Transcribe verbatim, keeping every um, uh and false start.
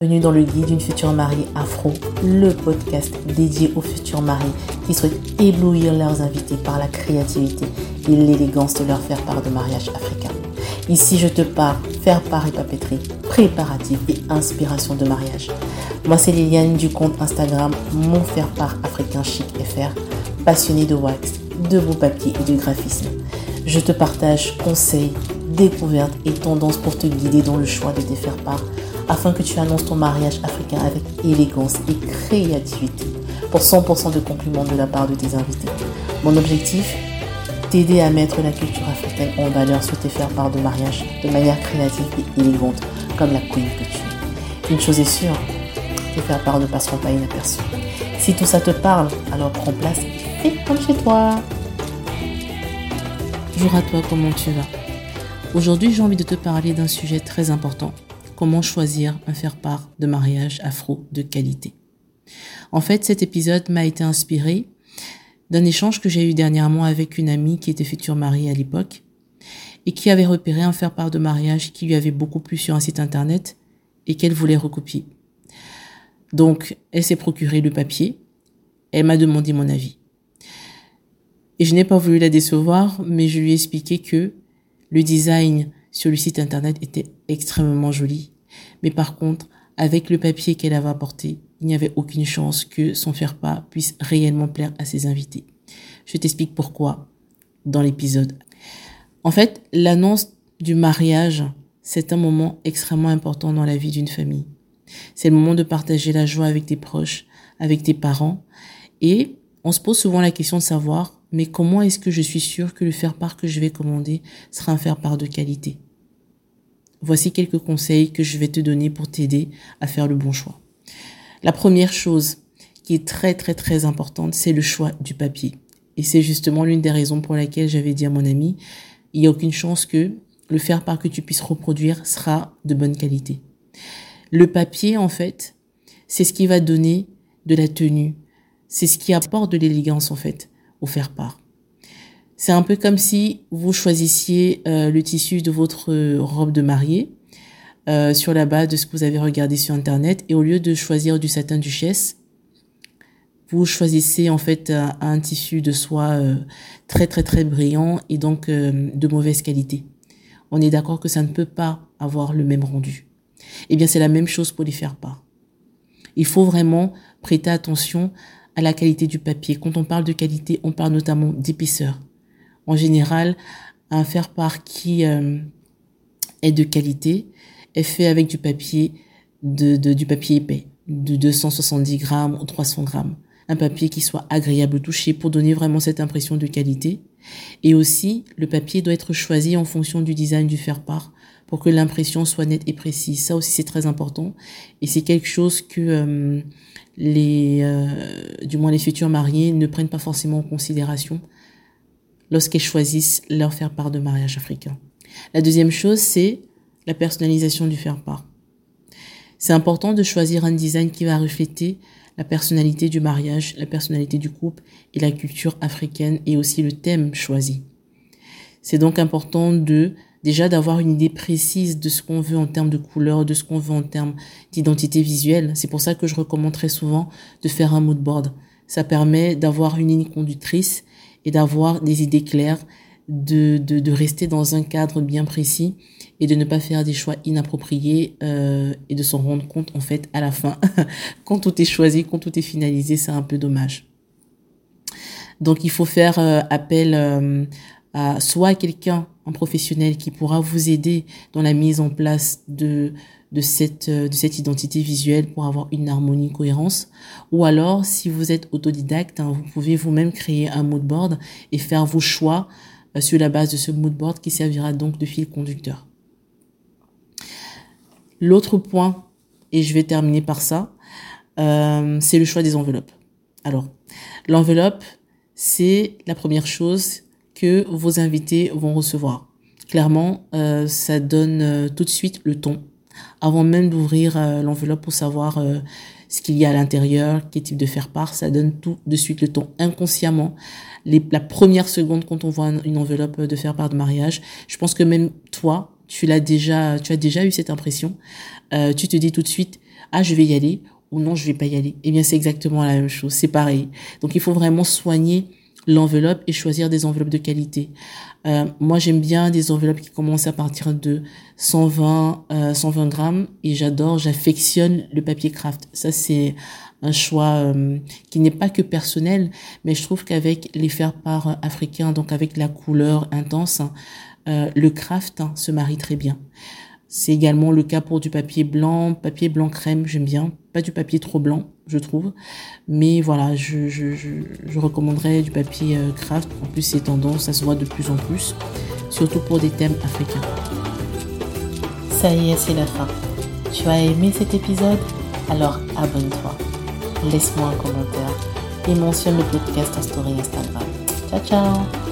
Bienvenue dans le guide d'une future mariée afro, le podcast dédié aux futurs mariés qui souhaitent éblouir leurs invités par la créativité et l'élégance de leur faire-part de mariage africain. Ici, je te parle faire-part et papeterie, préparatifs et inspiration de mariage. Moi, c'est Liliane du compte Instagram Mon Faire-part Africain Chic F R, passionnée de wax, de beaux papiers et de graphisme. Je te partage conseils, découvertes et tendances pour te guider dans le choix de tes faire-part afin que tu annonces ton mariage africain avec élégance et créativité pour cent pour cent de compliments de la part de tes invités. Mon objectif, t'aider à mettre la culture africaine en valeur sur tes faire-part de mariage de manière créative et élégante comme la queen que tu es. Une chose est sûre, tes faire-part ne passeront pas inaperçus. Si tout ça te parle, alors prends place et fais comme chez toi. Bonjour à toi, comment tu vas? Aujourd'hui, j'ai envie de te parler d'un sujet très important. Comment choisir un faire-part de mariage afro de qualité. En fait, cet épisode m'a été inspiré d'un échange que j'ai eu dernièrement avec une amie qui était future mariée à l'époque et qui avait repéré un faire-part de mariage qui lui avait beaucoup plu sur un site internet et qu'elle voulait recopier. Donc, elle s'est procuré le papier, elle m'a demandé mon avis. Et je n'ai pas voulu la décevoir, mais je lui ai expliqué que le design sur le site internet était extrêmement joli. Mais par contre, avec le papier qu'elle avait apporté, il n'y avait aucune chance que son faire-part puisse réellement plaire à ses invités. Je t'explique pourquoi dans l'épisode. En fait, l'annonce du mariage, c'est un moment extrêmement important dans la vie d'une famille. C'est le moment de partager la joie avec tes proches, avec tes parents. Et on se pose souvent la question de savoir, mais comment est-ce que je suis sûre que le faire-part que je vais commander sera un faire-part de qualité? Voici quelques conseils que je vais te donner pour t'aider à faire le bon choix. La première chose qui est très très très importante, c'est le choix du papier. Et c'est justement l'une des raisons pour laquelle j'avais dit à mon ami, il n'y a aucune chance que le faire-part que tu puisses reproduire sera de bonne qualité. Le papier, en fait, c'est ce qui va donner de la tenue. C'est ce qui apporte de l'élégance, en fait, au faire-part. C'est un peu comme si vous choisissiez euh, le tissu de votre euh, robe de mariée euh, sur la base de ce que vous avez regardé sur Internet et au lieu de choisir du satin duchesse, vous choisissez en fait un, un tissu de soie euh, très très très brillant et donc euh, de mauvaise qualité. On est d'accord que ça ne peut pas avoir le même rendu. Eh bien, c'est la même chose pour les faire-part. Il faut vraiment prêter attention à la qualité du papier. Quand on parle de qualité, on parle notamment d'épaisseur. En général, un faire-part qui euh, est de qualité est fait avec du papier de, de du papier épais, de deux cent soixante-dix grammes ou trois cents grammes. Un papier qui soit agréable au toucher pour donner vraiment cette impression de qualité. Et aussi, le papier doit être choisi en fonction du design du faire-part pour que l'impression soit nette et précise. Ça aussi, c'est très important. Et c'est quelque chose que euh, les, euh, du moins les futurs mariés ne prennent pas forcément en considération lorsqu'elles choisissent leur faire-part de mariage africain. La deuxième chose, c'est la personnalisation du faire-part. C'est important de choisir un design qui va refléter la personnalité du mariage, la personnalité du couple et la culture africaine et aussi le thème choisi. C'est donc important de déjà d'avoir une idée précise de ce qu'on veut en termes de couleur, de ce qu'on veut en termes d'identité visuelle. C'est pour ça que je recommande très souvent de faire un mood board. Ça permet d'avoir une ligne conductrice et d'avoir des idées claires, de, de, de rester dans un cadre bien précis et de ne pas faire des choix inappropriés euh, et de s'en rendre compte en fait à la fin. Quand tout est choisi, quand tout est finalisé, c'est un peu dommage. Donc il faut faire euh, appel euh, à soit à quelqu'un, un professionnel qui pourra vous aider dans la mise en place de de cette de cette identité visuelle pour avoir une harmonie, une cohérence, ou alors si vous êtes autodidacte, hein, vous pouvez vous-même créer un mood board et faire vos choix euh, sur la base de ce mood board qui servira donc de fil conducteur. L'autre point, et je vais terminer par ça, euh, c'est le choix des enveloppes. Alors, l'enveloppe, c'est la première chose que vos invités vont recevoir. Clairement, euh, ça donne euh, tout de suite le ton. Avant même d'ouvrir euh, l'enveloppe pour savoir euh, ce qu'il y a à l'intérieur, quel type de faire-part, ça donne tout de suite le ton. Inconsciemment, les, la première seconde quand on voit une enveloppe de faire-part de mariage, je pense que même toi, tu l'as déjà, tu as déjà eu cette impression, euh, tu te dis tout de suite, ah, je vais y aller, ou non, je vais pas y aller. Eh bien, c'est exactement la même chose, c'est pareil. Donc, il faut vraiment soigner l'enveloppe et choisir des enveloppes de qualité. Euh, moi, j'aime bien des enveloppes qui commencent à partir de cent vingt, euh, cent vingt grammes, et j'adore, j'affectionne le papier craft. Ça, c'est un choix euh, qui n'est pas que personnel, mais je trouve qu'avec les faire-part africains, donc avec la couleur intense, euh, le craft hein, se marie très bien. C'est également le cas pour du papier blanc, papier blanc crème, j'aime bien. Pas du papier trop blanc, je trouve. Mais voilà, je, je, je, je recommanderais du papier euh, craft. En plus, c'est tendance, ça se voit de plus en plus. Surtout pour des thèmes africains. Ça y est, c'est la fin. Tu as aimé cet épisode? Alors abonne-toi. Laisse-moi un commentaire et mentionne le podcast en story Instagram. Ciao, ciao!